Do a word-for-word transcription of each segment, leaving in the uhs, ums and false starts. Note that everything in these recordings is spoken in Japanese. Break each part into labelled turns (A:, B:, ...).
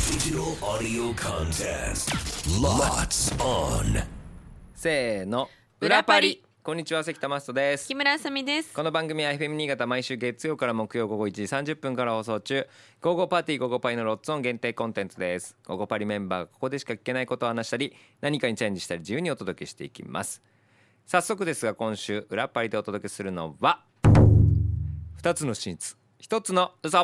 A: Digital audio contest. Lots on.
B: せーの、
C: 裏パリ。
B: こんにちは、関田マストです。
C: 木村あさみです。
B: この番組は エフエム 新潟毎週月曜から木曜午後いちじさんじゅっぷんから放送中、ゴーゴーパーティーゴーゴーパイのロッツオン限定コンテンツです。ゴーゴーパリメンバーがここでしか聞けないことを話したり、何かにチャレンジしたり自由にお届けしていきます。早速ですが、今週裏パリでお届けするのはふたつの真実、ひとつの嘘。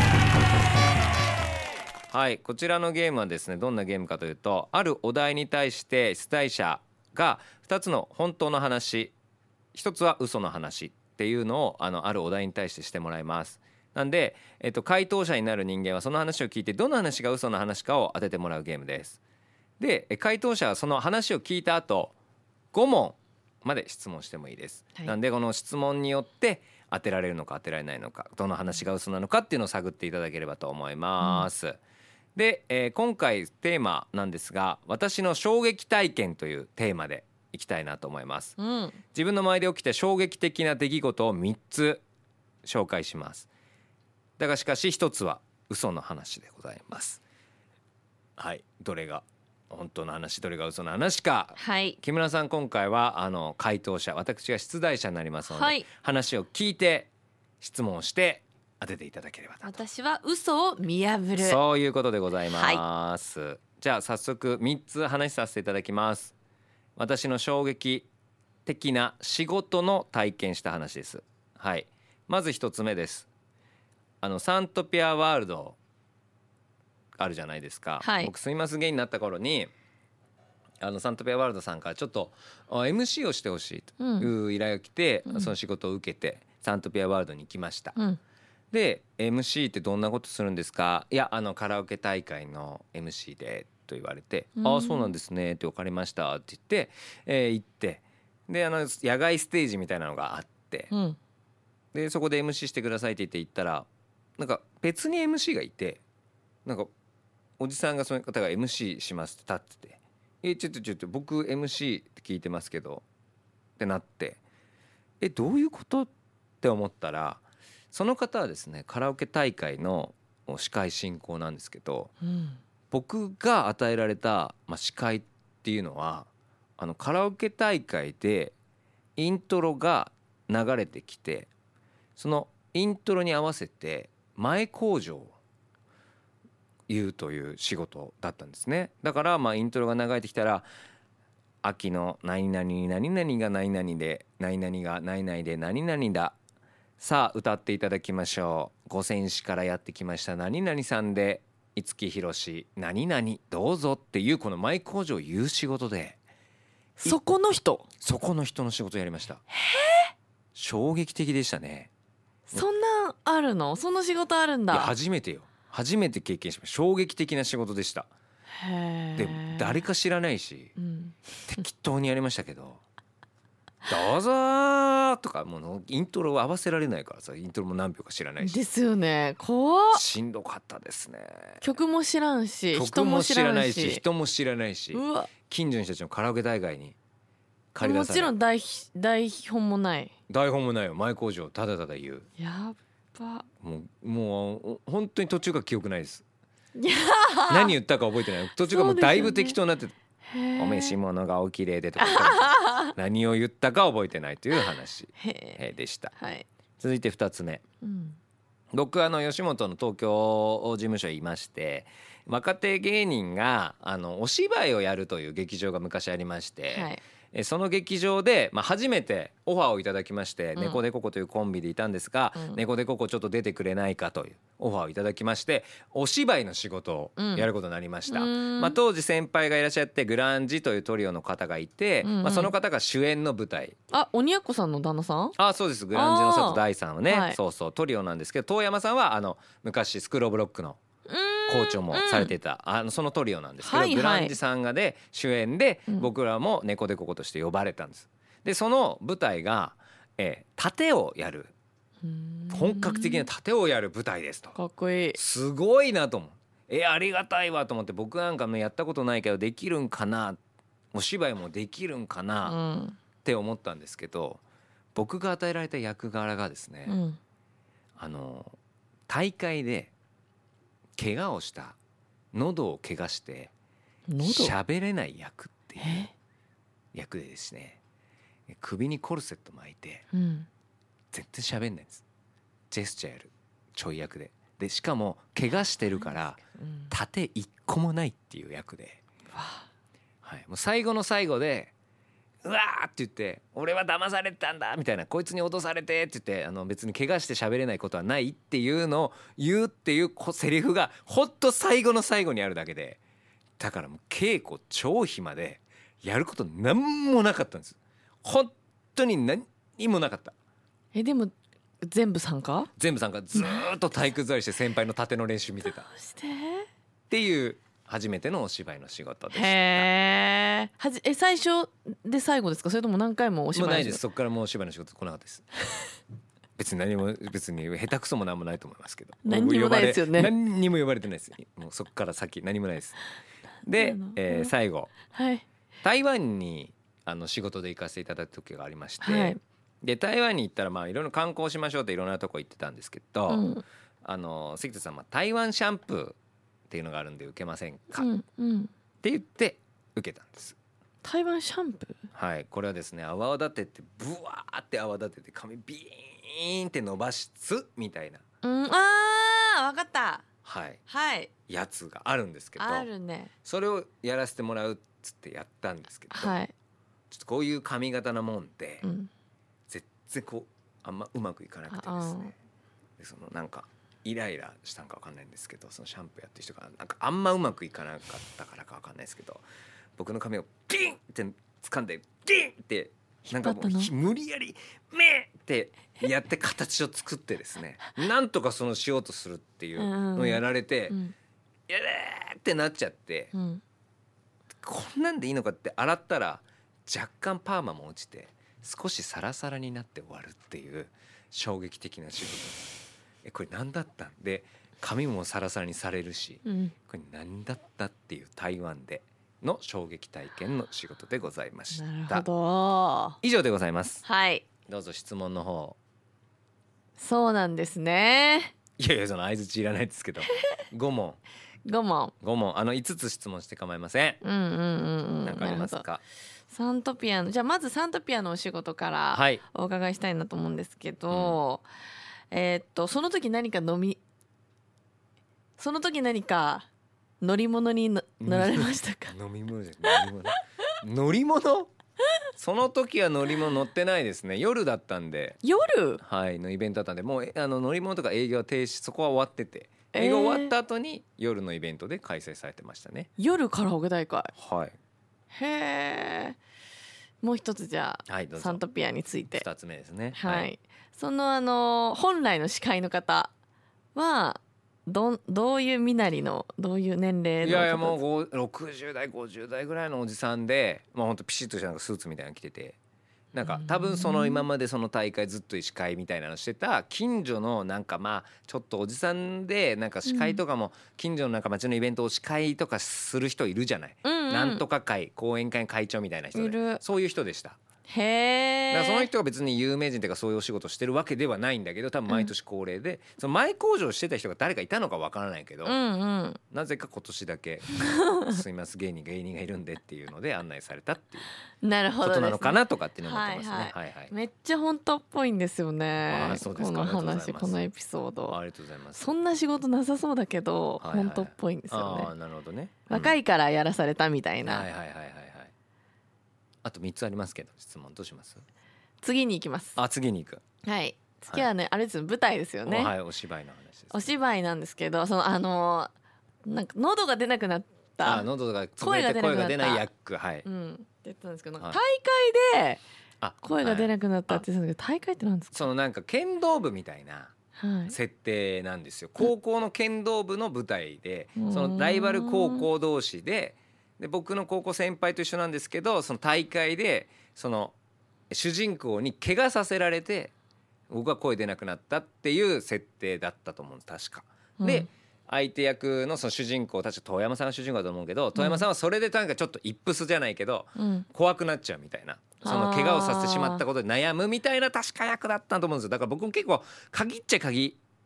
B: はい、こちらのゲームはですね、どんなゲームかというと、あるお題に対して出題者がふたつの本当の話、ひとつは嘘の話っていうのを あの、あるお題に対してしてもらいます。なんで、えっと、回答者になる人間はその話を聞いて、どの話が嘘の話かを当ててもらうゲームです。で、回答者はその話を聞いた後ごもんまで質問してもいいです、はい、なんでこの質問によって当てられるのか当てられないのか、どの話が嘘なのかっていうのを探っていただければと思います、うん、で、えー、今回テーマなんですが、私の衝撃体験というテーマでいきたいなと思います、うん、自分の周りで起きた衝撃的な出来事をみっつ紹介します。だがしかしひとつは嘘の話でございます。はい、どれが本当の話、どれが嘘の話か、はい、木村さん、今回はあの回答者、私が出題者になりますので、はい、話を聞いて質問をして当てていただければと。
C: 私は嘘を見破る、
B: そういうことでございます、はい、じゃあ早速みっつ話させていただきます。私の衝撃的な仕事の体験した話です。はい、まずひとつめです。あのサントピアワールドあるじゃないですか、はい、僕すみます芸になった頃にあのサントピアワールドさんからちょっと エムシー をしてほしいという依頼が来て、うん、その仕事を受けてサントピアワールドに行きました、うん、で エムシー ってどんなことするんですか。いや、あのカラオケ大会の エムシー でと言われて、うん、ああそうなんですねって分かりましたって言って、えー、行って、であの野外ステージみたいなのがあって、うん、でそこで エムシー してくださいって言って行ったら、なんか別に エムシー がいて、なんかおじさんがその方が エムシー しますって立ってて、えちょっとちょっと僕 エムシー って聞いてますけどってなって、えどういうことって思ったら、その方はですね、カラオケ大会の司会進行なんですけど、うん、僕が与えられた、まあ、司会っていうのは、あのカラオケ大会でイントロが流れてきて、そのイントロに合わせて前口上を言うという仕事だったんですね。だからまあイントロが流れてきたら、秋の何々に何々が何々で何々が何々で何々だ、さあ歌っていただきましょう、五泉市からやってきました何々さんで五木ひろし何々どうぞっていう、この前口上を言う仕事で、
C: そこの人
B: そこの人の仕事をやりました。衝撃的でしたね。
C: そんなあるの？その仕事あるんだ。
B: いや初めてよ、初めて経験しました。衝撃的な仕事でした。
C: へ
B: で誰か知らないし、うん、適当にやりましたけどどうぞとか、もうイントロを合わせられないからさ、イントロも何秒か知らないし。
C: ですよね、怖っ。
B: しんどかったですね。
C: 曲も知らんし、
B: 曲も知らないし、人も知らないし、うわ、近所の人たちのカラオケ大会に借り出され、
C: もちろん 台, 台本もない。
B: 台本もないよ、前口上ただただ言う。
C: やっば。
B: もう、もう本当に途中から記憶ないです。何言ったか覚えてない。途中からもうだいぶ適当になってて、お召し物がお綺麗でとか何を言ったか覚えてないという話でした、はい、続いてふたつめ、うん、僕あの吉本の東京事務所にいまして、若手芸人があのお芝居をやるという劇場が昔ありまして、はい、えその劇場で、まあ、初めてオファーをいただきまして、うん、猫でここというコンビでいたんですが、うん、猫でここちょっと出てくれないかというオファーをいただきまして、お芝居の仕事をやることになりました、うん、まあ、当時先輩がいらっしゃって、グランジというトリオの方がいて、うんうん、まあ、その方が主演の舞台。
C: あ、鬼奴さんの旦那さん。
B: あ、そうです。グランジの佐藤大さんはね、はい、そうそうトリオなんですけど、遠山さんはあの昔スクールオブロックの校長もされてた、うん、あのそのトリオなんですけど、はいはい、グランジさんがで主演で、うん、僕らも猫でこことして呼ばれたんです。でその舞台が、えー、盾をやる、本格的な盾をやる舞台ですと。
C: かっこいい。
B: すごいなと思う。えー、ありがたいわと思って、僕なんかもやったことないけどできるんかな、お芝居もできるんかな、うん、って思ったんですけど、僕が与えられた役柄がですね、うん、あの大会で怪我をした喉を怪我して
C: 喉
B: 喋れない役っていう
C: え
B: 役でですね、首にコルセット巻いて
C: うん
B: 全然喋んないんです。ジェスチャーやるちょい役で、でしかも怪我してるから
C: うん
B: 盾一個もないっていう役で、
C: わ
B: はい、もう最後の最後でうわーって言って俺は騙されてたんだみたいな、こいつに脅されてって言って、あの別に怪我して喋れないことはないっていうのを言うっていうこセリフがほんと最後の最後にあるだけで、だからもう稽古超暇でやること何もなかったんです。本当に何にもなかった。
C: えでも全部参加
B: 全部参加、ずーっと体育座りして先輩の盾の練習見てたっ
C: どうして
B: ていう初めてのお芝居の仕事でした。
C: へえはじえ最初で最後ですか、それとも何回もお芝居
B: もうないです。そこからもうお芝居の仕事来なかったです別に何も別に下手くそも何もないと思いますけど、
C: 何にもないですよね
B: 呼ばれ何にも呼ばれてないです。もうそこから先何もないです。で、えー最後
C: はい
B: 台湾にあの仕事で行かせていただく時がありまして、
C: はい
B: で台湾に行ったらまあいろいろ観光しましょうっていろんなとこ行ってたんですけど、
C: うん
B: あの関田さんは台湾シャンプーっていうのがあるんで受けませんか、っ
C: うんうん
B: て言って受けたんです。
C: 台湾シャンプー
B: はい、これはですね泡立ててブワーって泡立てて髪ビーンって伸ばすみたいな、
C: うんあーわかった、
B: はい、
C: はい
B: やつがあるんですけど、
C: あるね
B: それをやらせてもらうっつってやったんですけど、
C: はい
B: ちょっとこういう髪型なもんで、
C: うん
B: 全然こうあんまうまくいかなくてですね、でそのなんかイライラしたんかわかんないんですけど、そのシャンプーやってる人がなんかあんまうまくいかなかったからかわかんないですけど、僕の髪をピンって掴んでピンってなんかもう
C: 引っ張った
B: 無理やりメーってやって形を作ってですねなんとかそのしようとするっていうのをやられて、
C: うん
B: やれーってなっちゃって、
C: うん
B: こんなんでいいのかって洗ったら若干パーマも落ちて少しサラサラになって終わるっていう衝撃的な仕事。えこれ何だったんで、髪もサラサラにされるし、
C: うん
B: これ何だったっていう台湾での衝撃体験の仕事でございまし
C: なるほ
B: た。
C: ど
B: 以上でございます。
C: はい
B: どうぞ質問の方。
C: そうなんですね。
B: いやいやその相槌いらないですけどご問
C: ご問
B: ご問あのいつつ質問して構いません。
C: うんうんうんうん
B: 何かあります
C: なるほど。
B: か。
C: サントピアのじゃあまずサントピアのお仕事から
B: はい
C: お伺いしたいなと思うんですけど、えーっとその時何か飲みその時何か乗り物にの乗られましたか？
B: 飲み物じゃ乗り物乗り物その時は乗り物乗ってないですね。夜だったんで、
C: 夜
B: はいのイベントだったんで、もうえあの乗り物とか営業は停止、そこは終わってて、
C: えー
B: 営業終わった後に夜のイベントで開催されてましたね。
C: 夜カラオケ大会
B: はい
C: へえ。もう一つじゃあ、
B: はいどうぞ
C: サントピアについて
B: ふたつめですね。
C: はい、そのあの本来の司会の方はどんどういう身なりのどういう年齢の
B: いやいやもう
C: 方
B: ごろくじゅう代ごじゅう代ぐらいのおじさんで、まあほんとピシッとしたなんかスーツみたいなの着てて、なんか多分その今までその大会ずっと司会みたいなのしてた近所のなんかまあちょっとおじさんで、なんか司会とかも近所のなんか街のイベントを司会とかする人いるじゃない、
C: うんうん
B: なんとか会講演会会長みたいな人で
C: いる
B: そういう人でした。
C: へえ。
B: だからその人が別に有名人というかそういうお仕事してるわけではないんだけど、多分毎年恒例で、その前工場してた人が誰かいたのかわからないけど、
C: うんうん
B: なぜか今年だけすいます芸人芸人がいるんでっていうので案内されたっていう
C: なるほどです、ね、
B: ことなのかなとかっていうのを思ってますね。
C: はい
B: はいはい。
C: めっちゃ本当っぽいんですよね。
B: あーそうです
C: この
B: かありがとうござい
C: 話
B: ます
C: このエピソード
B: ありがとうございます。
C: そんな仕事なさそうだけど、
B: はいはい
C: 本当っぽいんですよね
B: ああ。なるほどね。
C: 若いからやらされたみたいな、
B: はいはいはいはいはい。あとみっつありますけど質問どうします？
C: 次に行きます。
B: あ次に行く。
C: はい次はね、あれですよ舞台ですよね、
B: はいお芝居の話です。
C: お芝居なんですけど、そのあのなんか喉が出なくなった
B: あ喉が潰
C: 声が出なくなった
B: れて声が出ない役はい。
C: うんって言ってたんですけど、なんか
B: はい
C: 大会で
B: あ
C: 声が出
B: はい
C: なくなったって言ってたんですけど、大会ってなんですか？
B: そのなんか剣道部みたいな
C: はい
B: 設定なんですよ。高校の剣道部の舞台で、
C: うん
B: そのライバル高校同士で、で僕の高校先輩と一緒なんですけど、その大会でその主人公に怪我させられて僕が声出なくなったっていう設定だったと思うんです確か。で、相手役のその主人公確か遠山さんが主人公だと思うけど、遠山さんはそれでなんかちょっとイップスじゃないけど、
C: うん
B: 怖くなっちゃうみたいな、その怪我をさせてしまったことで悩むみたいな確か役だったと思うんですよ。だから僕も結構限っちゃ限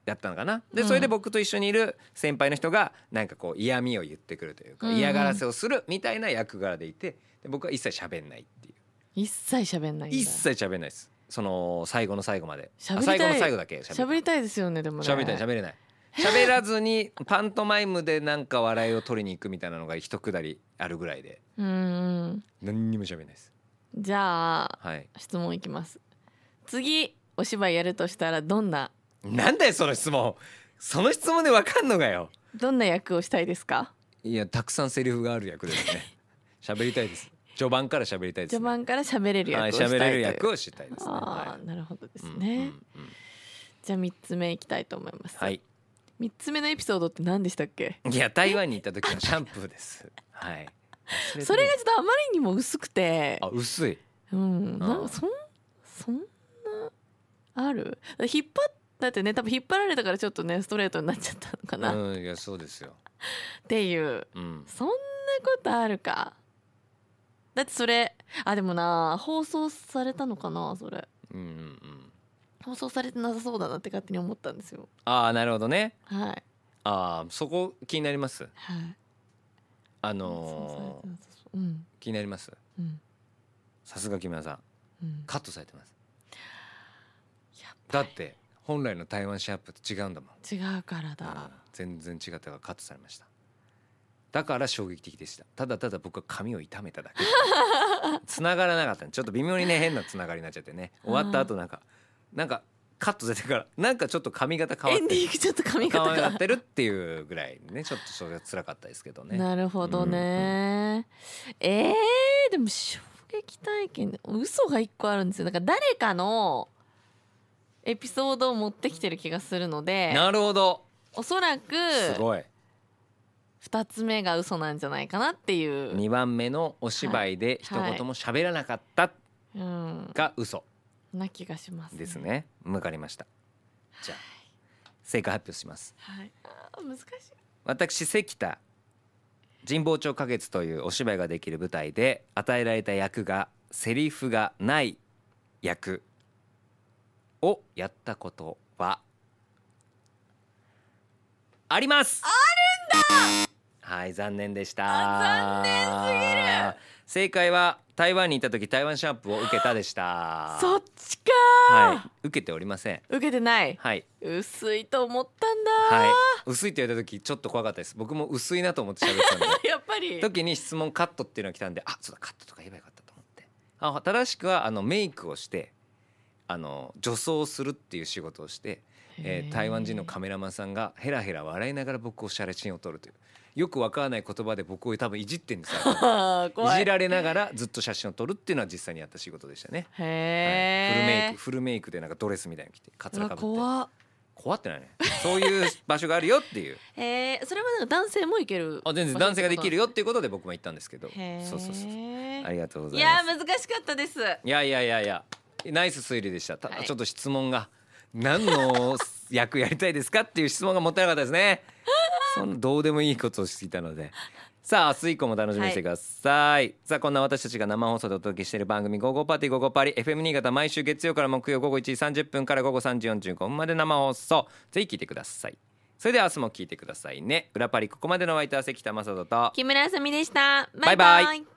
B: やったのかな。で
C: うん
B: それで僕と一緒にいる先輩の人がなんかこう嫌味を言ってくるというか、
C: うんうん
B: 嫌がらせをするみたいな役柄でいて、で僕は一切喋んないっていう。
C: 一切喋んないんだ。
B: 一切喋んないです。その最後の最後まで。
C: 喋りたい
B: あ最後の最後だけ
C: 喋りたいですよね。でもね
B: 喋りたい喋れない。喋らずにパントマイムでなんか笑いを取りに行くみたいなのが一くだりあるぐらいで、
C: うんうん
B: 何にも喋れないです。
C: じゃあ
B: はい。
C: 質問いきます。次お芝居やるとしたらどんな
B: なんだよその質問。その質問でわかんのかよ。
C: どんな役をしたいですか？
B: いやたくさんセリフがある役ですね。喋りたいです。序盤から喋りたいです、ね。
C: 序盤から喋れる役
B: はい、
C: をしたいという。
B: 喋れる役をしたいですね。
C: あ
B: は
C: あ、なるほどです
B: い。
C: ね。
B: うんうんうん
C: じゃあみっつめいきたいと思います。
B: はい。
C: みっつめのエピソードって何でしたっけ？
B: いや台湾に行った時のシャンプーです。はい。忘れてる
C: それがちょっとあまりにも薄くて、
B: あ薄い。
C: うん、なんかそんそんなある？引っ張だってね、多分引っ張られたからちょっとねストレートになっちゃったのかな、っ
B: うんいやそうですよ。
C: ていう。
B: うん。
C: そんなことあるか？だってそれあでもな放送されたのかなそれ。
B: うんうんうん。
C: 放送されてなさそうだなって勝手に思ったんですよ。
B: ああなるほどね。
C: はい
B: ああそこ気になります。
C: はい。
B: あ
C: 放
B: のー
C: 送されてなさそう。うん
B: 気になります。
C: うん
B: さすが木村さん
C: うん。
B: カットされてます。
C: やっぱ
B: だって本来の台湾シャープと違うんだもん。
C: り違うから
B: うん
C: だ。
B: 全然違ったからカットされました。だから衝撃的でした。ただただ僕は髪を痛めただけ。繋がらなかったね。ちょっと微妙にね変な繋がりになっちゃってね。終わった後なんかなんかカットされてからなんかちょっと髪型変わって
C: エンディングちょっと髪型が
B: 変わってるっていうぐらいねちょっとそれが辛かったですけどね。
C: なるほどね、えー、でも衝撃体験で嘘が一個あるんですよ。だから誰かのエピソードを持ってきてる気がするので、
B: なるほど。
C: おそらく
B: すごい。
C: ふたつめが嘘なんじゃないかなっていう、
B: にばんめのお芝居で一言も喋らなかった
C: うん、
B: が嘘
C: な気がしますね。
B: ですね。わかりました。じゃあ正解発表します。
C: はい、あー難しい。
B: 私関田神保町花月というお芝居ができる舞台で与えられた役がセリフがない役をやったことはあります。あるんだ。はい残念でした。
C: 残念すぎる。
B: 正解は台湾にいた時台湾シャープを受けたでした。
C: そっちかー、
B: はい受けておりません。
C: 受けてない。
B: はい
C: 薄いと思ったんだ
B: はい薄いって言われた時ちょっと怖かったです。僕も薄いなと思って喋ってたんで
C: やっぱり
B: 時に質問カットっていうのが来たんで、あそうだカットとか言えばよかったと思って、あ正しくはあのメイクをしてあの女装するっていう仕事をして、えー台湾人のカメラマンさんがヘラヘラ笑いながら僕を写真を撮るというよくわからない言葉で僕を多分いじってんですよ。
C: あー怖い。
B: いじられながらずっと写真を撮るっていうのは実際にやった仕事でしたね。はい、フルメイ
C: へ
B: クフルメイクでなんかドレスみたいなの着てカツラかぶって
C: 怖っ。
B: 怖ってないねそういう場所があるよっていう
C: へーそれはなんか男性も行ける。
B: あ全然男性ができるよっていうことで僕も言ったんですけど、
C: へー
B: そうそうそうありがとうござ
C: い
B: います。
C: やー難しかったです。
B: いやいやいやいやナイス推理でした。ただ
C: はい
B: ちょっと質問が何の役やりたいですかっていう質問がもったいなかったですね。そんなどうでもいいことをしていたのでさあ明日以降も楽しみにしてください、はい、さあこんな私たちが生放送でお届けしている番組ゴーゴーパーティーゴーゴーパリ エフエム 新潟毎週月曜から木曜午後いちじさんじゅっぷんから午後さんじよんじゅうごふんまで生放送ぜひ聞いてください。それでは明日も聞いてくださいね。裏パリここまでのお相手は関田正人と
C: 木村あさみでした。
B: バイバイ。